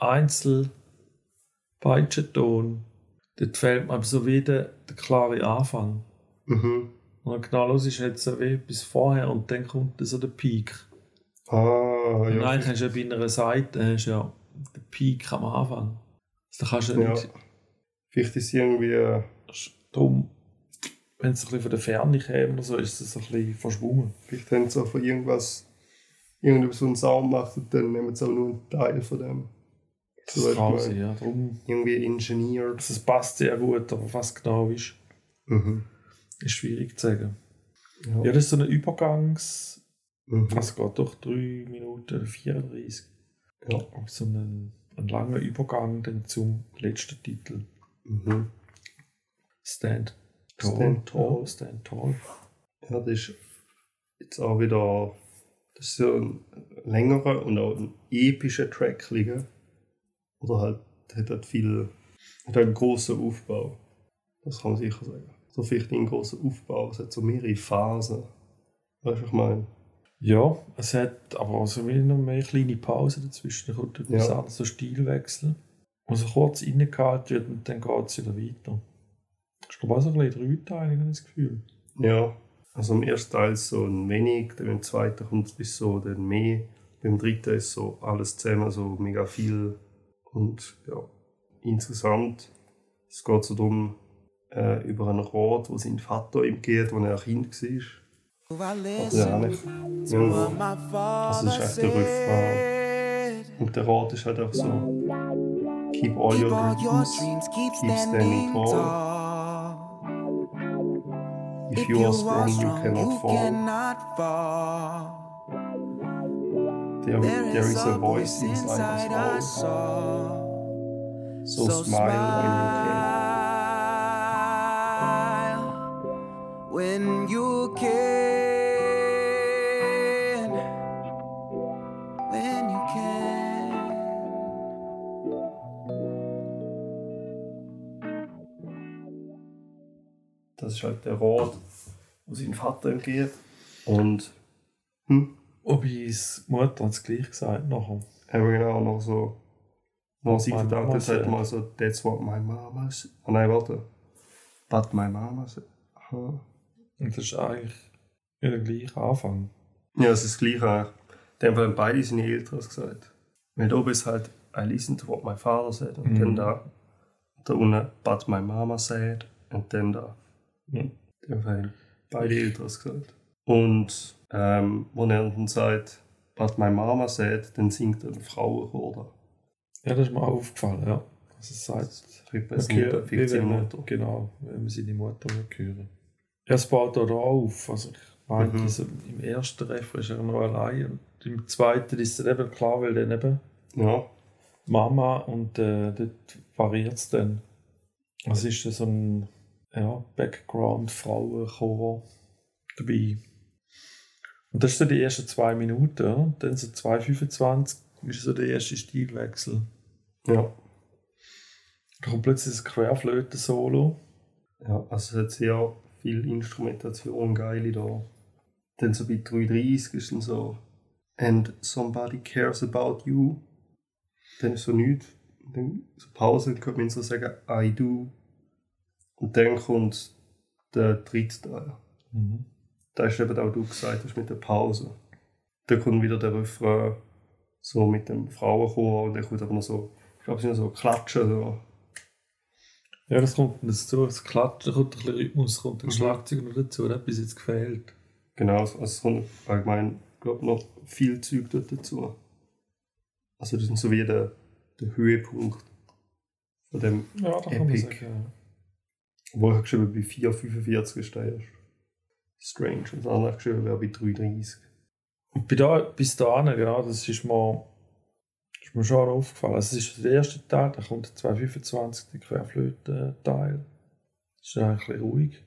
Einzel-Peitschenton, dort fehlt mir aber so wie der, der klare Anfang. Mhm. Und dann genau los ist jetzt so wie bis vorher und dann kommt so der Peak. Ah, Und ja. eigentlich hast du ja bei einer Seite hast du ja den Peak am Anfang. Also da kannst du Ja. nicht, Vielleicht ist es irgendwie. äh, drum, wenn es ein bisschen von der Ferne käme oder so, ist es ein bisschen verschwommen. Vielleicht haben sie auch von irgendwas. Irgendwas so einen Sound gemacht und dann nehmen sie auch nur einen Teil von dem. Das So, kann weißt du, sein, ja. Darum, Irgendwie engineered. also es passt sehr gut, aber was genau ist, Mhm. ist schwierig zu sagen. Ja. Ja, das ist so ein Übergangs... Mhm. Was geht doch drei Minuten vierunddreißig. Ja. Auch so einen, einen langen Übergang dann zum letzten Titel. Mhm. Stand Tall. Stand Tall. Stand Tall. Ja, das ist jetzt auch wieder. Das ist so ein längerer und auch ein epischer Track liegen. Oder halt, hat halt viel. Hat halt einen grossen Aufbau. Das kann man sicher sagen. So vielleicht einen grossen Aufbau. Es hat so mehrere Phasen. Weißt du, was ich meine? Ja, es hat aber auch so wie noch mehr kleine Pausen dazwischen. Da kommt etwas Ja. anderes, so Stilwechsel. Und so kurz reingehalten wird und dann geht es wieder weiter. Ich glaube auch so ein bisschen dreiteilig, habe ich das Gefühl. Ja. Also im ersten Teil ist so ein wenig, dann im zweiten kommt es bis so dann mehr. Beim dritten ist so alles zusammen so mega viel. Und ja, insgesamt, es geht so darum, äh, über einen Rat, wo sein Vater ihm geht, als er ein Kind war. Also ja, nicht. Irgendwo. Also das ist echt der Refrain. Und der Rat ist halt auch so: Keep all your dreams, keep standing tall. If you are strong, you cannot fall. There, there is a voice inside us all. So smile when you can. When you can, when you can. Das ist halt der Rat, wo sein Vater ihm geht. Und hm, Wobei es die Mutter hat es gleich gesagt nachher. eben genau noch so. Noch sie My gedacht, mama jetzt hat said. mal so: That's what my mama said. Oh nein, warte. But my mama said. Aha. Und das ist eigentlich ja, der gleiche Anfang. Ja, es ist das Gleiche eigentlich. In dem Fall haben beide seine Eltern es gesagt. Weil da oben ist halt: I listen to what my father said. Und Mhm. dann da. Da unten: But my mama said. Und dann da. Ja. In dem Fall haben beide Eltern es gesagt. Und ähm, wenn er dann sagt: But my mama said, dann singt er ein Frauenchor da. Ja, das ist mir auch aufgefallen, ja. Also es sagt, Repräsentiert okay, okay, wie wenn man, Mutter. genau, wenn man seine Mutter hören. Ja, es baut auch da auf. Also ich meinte, Mhm. so im ersten Refrain ist er noch allein und im zweiten ist es eben klar, weil dann eben Ja, Mama und äh, dort variiert es dann. Es ist dann so ein ja, Background-Frauenchor dabei. Und das sind so die ersten zwei Minuten. Ja? Und dann so zwei fünfundzwanzig ist so der erste Stilwechsel. ja. Da kommt plötzlich das Querflöten-Solo. Ja, also es hat sehr viel Instrumentation, geile da. Dann so bei drei dreißig ist dann so: And somebody cares about you. Dann ist so nichts. Und dann so Pause, dann könnte man so sagen: I do. Und dann kommt der dritte Teil. Mhm. Da ist eben auch du gesagt hast mit der Pause. Dann kommt wieder der Refrain so mit dem Frauenchor und dann kommt aber noch so, ich glaube es sind so Klatschen. So. Ja, das kommt dann dazu. Das Klatschen, kommt ein bisschen Rhythmus, kommt ein Mhm. Schlagzeug noch dazu. Das hat bis jetzt gefehlt. Genau, also es kommt allgemein, glaube noch viel Zeug dort dazu. Also das ist so wie der, der Höhepunkt von dem, Ja, da kann man Epic. sagen. wo ich geschrieben bei vier fünfundvierzig ist der erst. Strange. Und das andere geschrieben wäre bei drei dreißig. Und bei da, bis dahin, genau, das ist mir, ist mir schon aufgefallen. Also es ist der erste Teil, da kommt der zwei fünfundzwanzig, der Querflöten-Teil. Das ist eigentlich ein bisschen ruhig.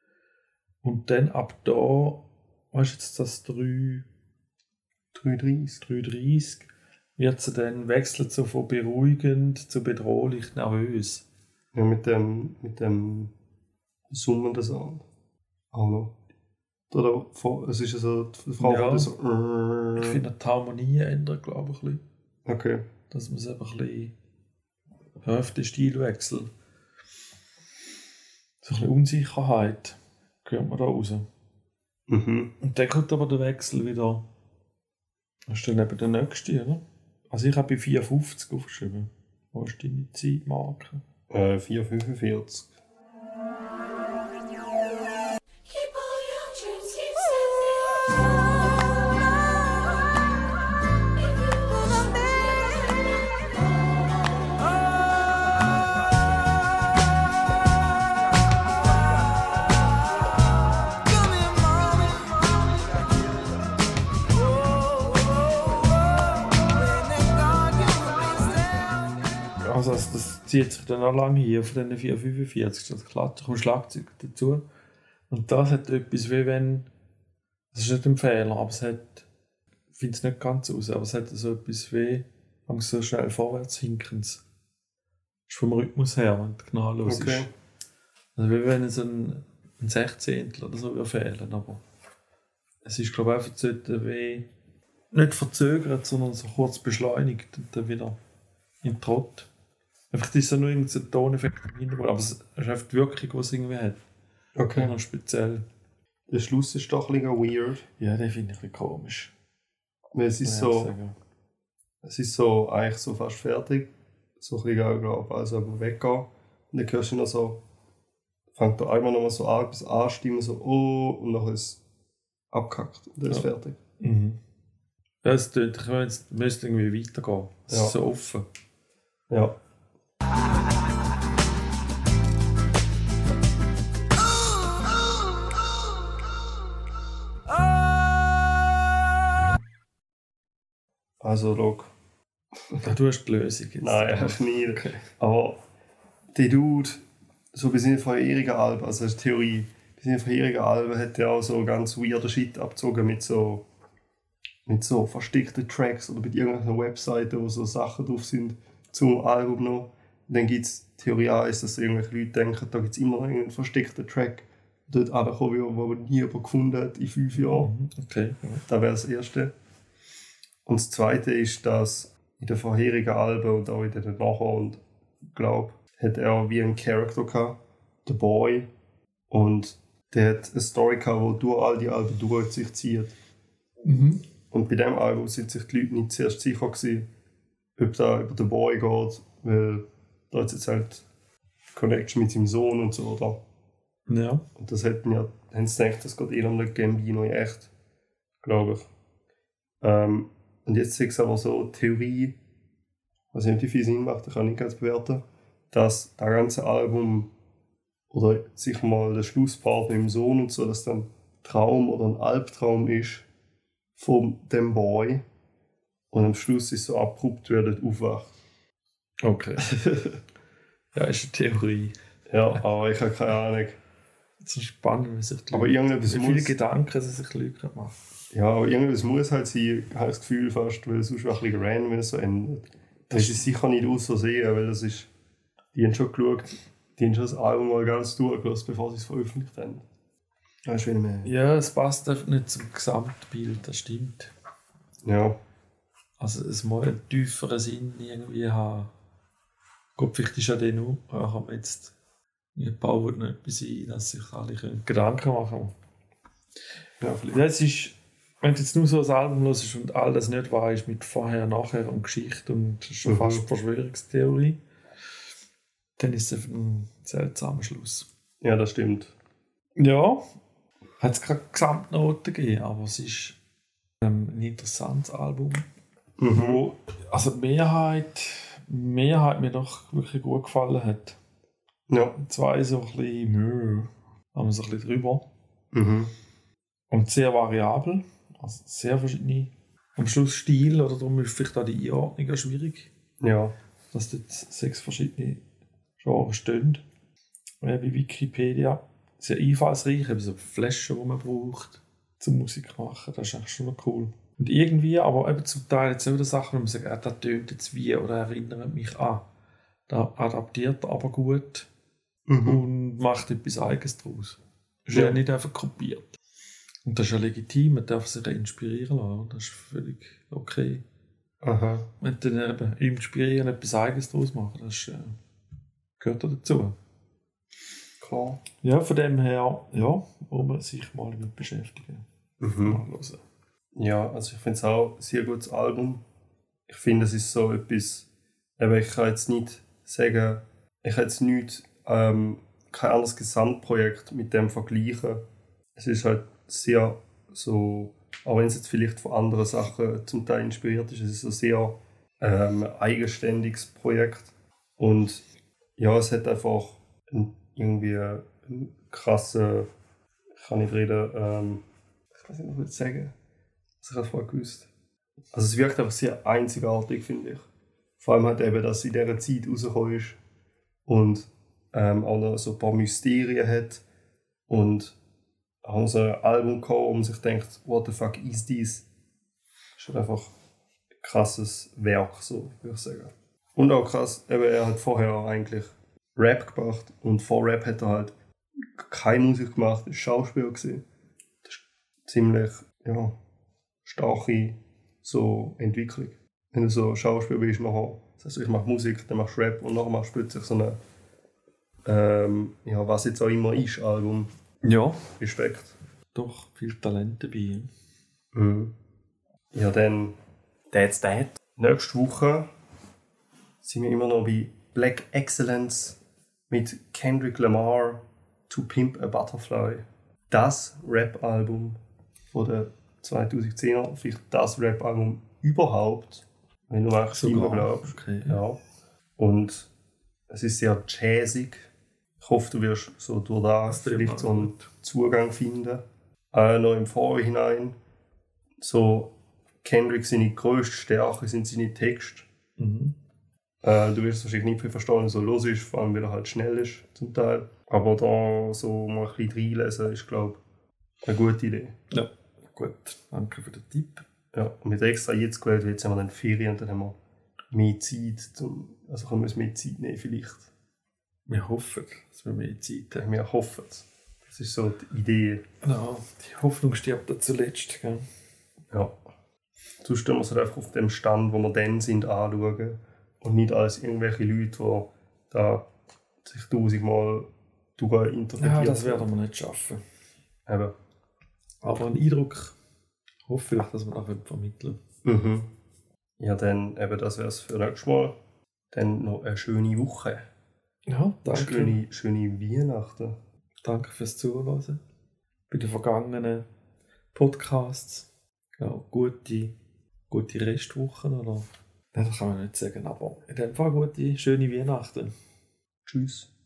Und dann ab da, weißt du jetzt das drei drei dreißig. drei dreißig, wird sie dann wechselt so von beruhigend zu bedrohlich nervös. Ja, mit dem, mit dem summenden Sound. Auch noch. Oder vor- es ist ja so, die Frau Ja. kommt so. Ich finde, die Harmonie ändert, glaube ich, ein bisschen. Okay. Dass man es einfach ein bisschen hört, den Stilwechsel. So ein bisschen Unsicherheit hört man da raus. Mhm. Und dann kommt aber der Wechsel wieder. Das ist dann eben der nächste, oder? Also ich habe bei vier fünfzig aufgeschrieben. Wo ist deine Zeitmarke? Äh, vier fünfundvierzig. Keep all your dreams, keep standing. Also das, das zieht sich dann auch lange hier auf diesen vier fünfundvierzig. Das Klatter kommt Schlagzeug dazu. Und das hat etwas wie wenn, das ist nicht ein Fehler, aber es hat, ich finde es nicht ganz raus, aber es hat so etwas wie, wenn so schnell vorwärts hinkens. Das ist vom Rhythmus her, wenn du genau los Okay. ist. Also wie wenn es ein, ein Sechzehntel oder so würde fehlen, aber es ist glaube ich einfach so wie nicht verzögert, sondern so kurz beschleunigt und dann wieder im Trott. Einfach das ist so nur irgendein Toneffekt im Hintergrund, aber es ist einfach die Wirkung, die es irgendwie hat. Okay. Ja, noch speziell. Der Schluss ist doch ein bisschen weird. Ja, den finde ich ein bisschen komisch. Weil es ist muss ich so, sagen. es ist so eigentlich so fast fertig. So ein bisschen, glaube ich, also aber weggehen. Und dann hörst du noch so, fängt er einmal noch mal so an, etwas anstimmen, so oh, und dann ist es abgehackt. Und dann ist Ja. fertig. Mhm. Ja, es tönt, ich meine, es müsste irgendwie weitergehen. Es Ja. ist so offen. Ja. Also, look. Ja, du hast die Lösung jetzt. Nein, einfach nicht. Aber der Dude, so bei seinen vorherigen Alben, also das ist die Theorie, bei seinen vorherigen Alben hat er auch so ganz weirden Shit abgezogen mit so, mit so versteckten Tracks oder mit irgendeiner Webseite, wo so Sachen drauf sind zum Album noch. Und dann gibt es Theorie eins, dass irgendwelche Leute denken, da gibt es immer noch einen versteckten Track, der dort ankommen wird, den nie jemand gefunden hat in fünf Jahren. Mhm, okay. Ja. Das wäre das Erste. Und das Zweite ist, dass in den vorherigen Alben und auch in den nachher und ich glaube, hat er wie einen Charakter gehabt, The Boy. Und der hat eine Story gehabt, die durch all die Alben durch sich zieht. Mhm. Und bei diesem Album sind sich die Leute nicht zuerst sicher gewesen, ob da über The Boy geht, weil da hat jetzt halt Connection mit seinem Sohn und so, oder? Ja. Und das hätten ja, haben sie gedacht, das geht eher um den Gambino in echt, glaube ich. Ähm, und jetzt ist es aber so, Theorie, was nicht wie viel Sinn macht, ich kann nicht ganz bewerten, dass das ganze Album oder sicher mal der Schlusspart mit dem Sohn und so, dass dann ein Traum oder ein Albtraum ist von dem Boy und am Schluss ist so abrupt, wer dort aufwacht. Okay. Ja, ist eine Theorie. Ja, aber ich habe keine Ahnung. Es ist spannend, wie sich die Aber Leute, irgendetwas wie viele muss- Gedanken sie sich Leute machen. Ja, aber irgendwas muss halt sein, ich habe das Gefühl fast, weil es sonst auch ein bisschen random, wenn es so endet. Das ist sicher nicht aus Versehen, weil das ist, die haben schon geschaut, die haben schon das Album mal ganz durchgelassen, bevor sie es veröffentlicht haben. Weißt du, wie ich meine? Ja, es passt einfach nicht zum Gesamtbild, das stimmt. Ja. Also es muss einen tieferen Sinn irgendwie haben. Gut, vielleicht ist ja der nur, da kann man jetzt, wir bauen noch etwas ein, dass sich alle können Gedanken machen können. Ja, vielleicht. Ja, es ist, wenn du jetzt nur so ein Album hörst und all das nicht weißt mit vorher, nachher und Geschichte und das ist schon Mhm. fast Verschwörungstheorie, dann ist es einfach ein seltsamer Schluss. Ja, das stimmt. Ja, hat es keine Gesamtnoten gegeben, aber es ist ähm, ein interessantes Album. Mhm. Wo, also die Mehrheit, die Mehrheit mir doch wirklich gut gefallen hat. Ja. Zwei so ein bisschen, mö, haben wir so ein bisschen drüber. Mhm. Und sehr variabel, also sehr verschiedene. Am Schluss Stil, oder darum ist vielleicht auch die Einordnung auch schwierig, Ja. dass dort sechs verschiedene Genres stehen. Äh, bei Wikipedia. Sehr einfallsreich, eben so Flaschen, die man braucht, zum Musik machen. Das ist eigentlich schon noch cool. Und irgendwie, aber eben zum Teil jetzt wieder Sachen, wo man sagt, ah, das tönt jetzt wie oder erinnert mich an. Da adaptiert er aber gut Mhm. und macht etwas Eigenes daraus. Ist Ja. ja nicht einfach kopiert. Und das ist ja legitim, man darf sich da inspirieren lassen. Das ist völlig okay. Aha. Wenn dann eben inspirieren, etwas Eigenes daraus machen, das ist, äh, gehört da dazu. Klar. Ja, von dem her, ja, muss man sich mal damit beschäftigen. Mhm. Mal hören. Ja, also ich finde es auch ein sehr gutes Album. Ich finde, es ist so etwas, eben ich kann jetzt nicht sagen, ich kann jetzt nicht, ähm, kein anderes Gesamtprojekt mit dem vergleichen. Es ist halt sehr so, auch wenn es jetzt vielleicht von anderen Sachen zum Teil inspiriert ist, es ist ein sehr ähm, eigenständiges Projekt. Und ja, es hat einfach ein, irgendwie einen krassen, ich kann nicht reden, ähm, ich weiß nicht, was ich sagen. Das habe ich vorher gewusst. Also es wirkt einfach sehr einzigartig, finde ich. Vor allem halt eben, dass es in dieser Zeit rausgekommen ist und ähm, auch noch so ein paar Mysterien hat und auch noch so ein Album gehabt, wo man sich denkt, what the fuck is this? Das ist halt einfach ein krasses Werk, so würde ich sagen. Und auch krass, eben, er hat vorher eigentlich Rap gemacht und vor Rap hat er halt keine Musik gemacht, das war Schauspieler gewesen. Das ist ziemlich, ja, starke so Entwicklung. Wenn du so Schauspieler bist, nachher, das heißt, ich mache Musik, dann machst du Rap und nachher machst du plötzlich so ein, ähm, ja, was jetzt auch immer ist, Album. Ja, Respekt. doch, viel Talent dabei. Mhm. Ja, dann, that's that. Nächste Woche sind wir immer noch bei Black Excellence mit Kendrick Lamar, To Pimp a Butterfly. Das Rap-Album von der zweitausendzehner, vielleicht das Rap-Album überhaupt, wenn du mal immer glaubst. Okay. Ja. Und es ist sehr jazzig. Ich hoffe, du wirst so durch das Das vielleicht so einen Zugang finden. Äh, noch im Vorhinein. So Kendrick, seine grösste Stärke sind seine Texte. Mhm. Äh, du wirst wahrscheinlich nicht viel verstehen, wenn er so los ist, vor allem weil er halt schnell ist zum Teil. Aber da so mal ein bisschen reinlesen ist, glaube ich, eine gute Idee. Ja, gut. Danke für den Tipp. Ja, und mit extra jetzt gewählt, weil jetzt haben wir dann Ferien und dann haben wir mehr Zeit, zum, also können wir uns mehr Zeit nehmen vielleicht. Wir hoffen, dass wir mehr Zeit haben. Wir hoffen es. Das ist so die Idee. Ja, die Hoffnung stirbt ja zuletzt. Gell? Ja. Sonst stellen wir es halt einfach auf dem Stand, wo wir dann sind, anschauen. Und nicht als irgendwelche Leute, die da sich tausendmal durchinterpretieren. Ja, das werden wir nicht schaffen. Eben. Aber einen Eindruck hoffe ich, dass wir da vermitteln Mhm. Ja, dann eben das wäre es für nächstes Mal. Dann noch eine schöne Woche. Ja, danke. Schöne, schöne Weihnachten. Danke fürs Zuhören. Bei den vergangenen Podcasts. Ja, gute, gute Restwochen, oder? Nein, das kann man nicht sagen, aber in dem Fall gute, schöne Weihnachten. Tschüss.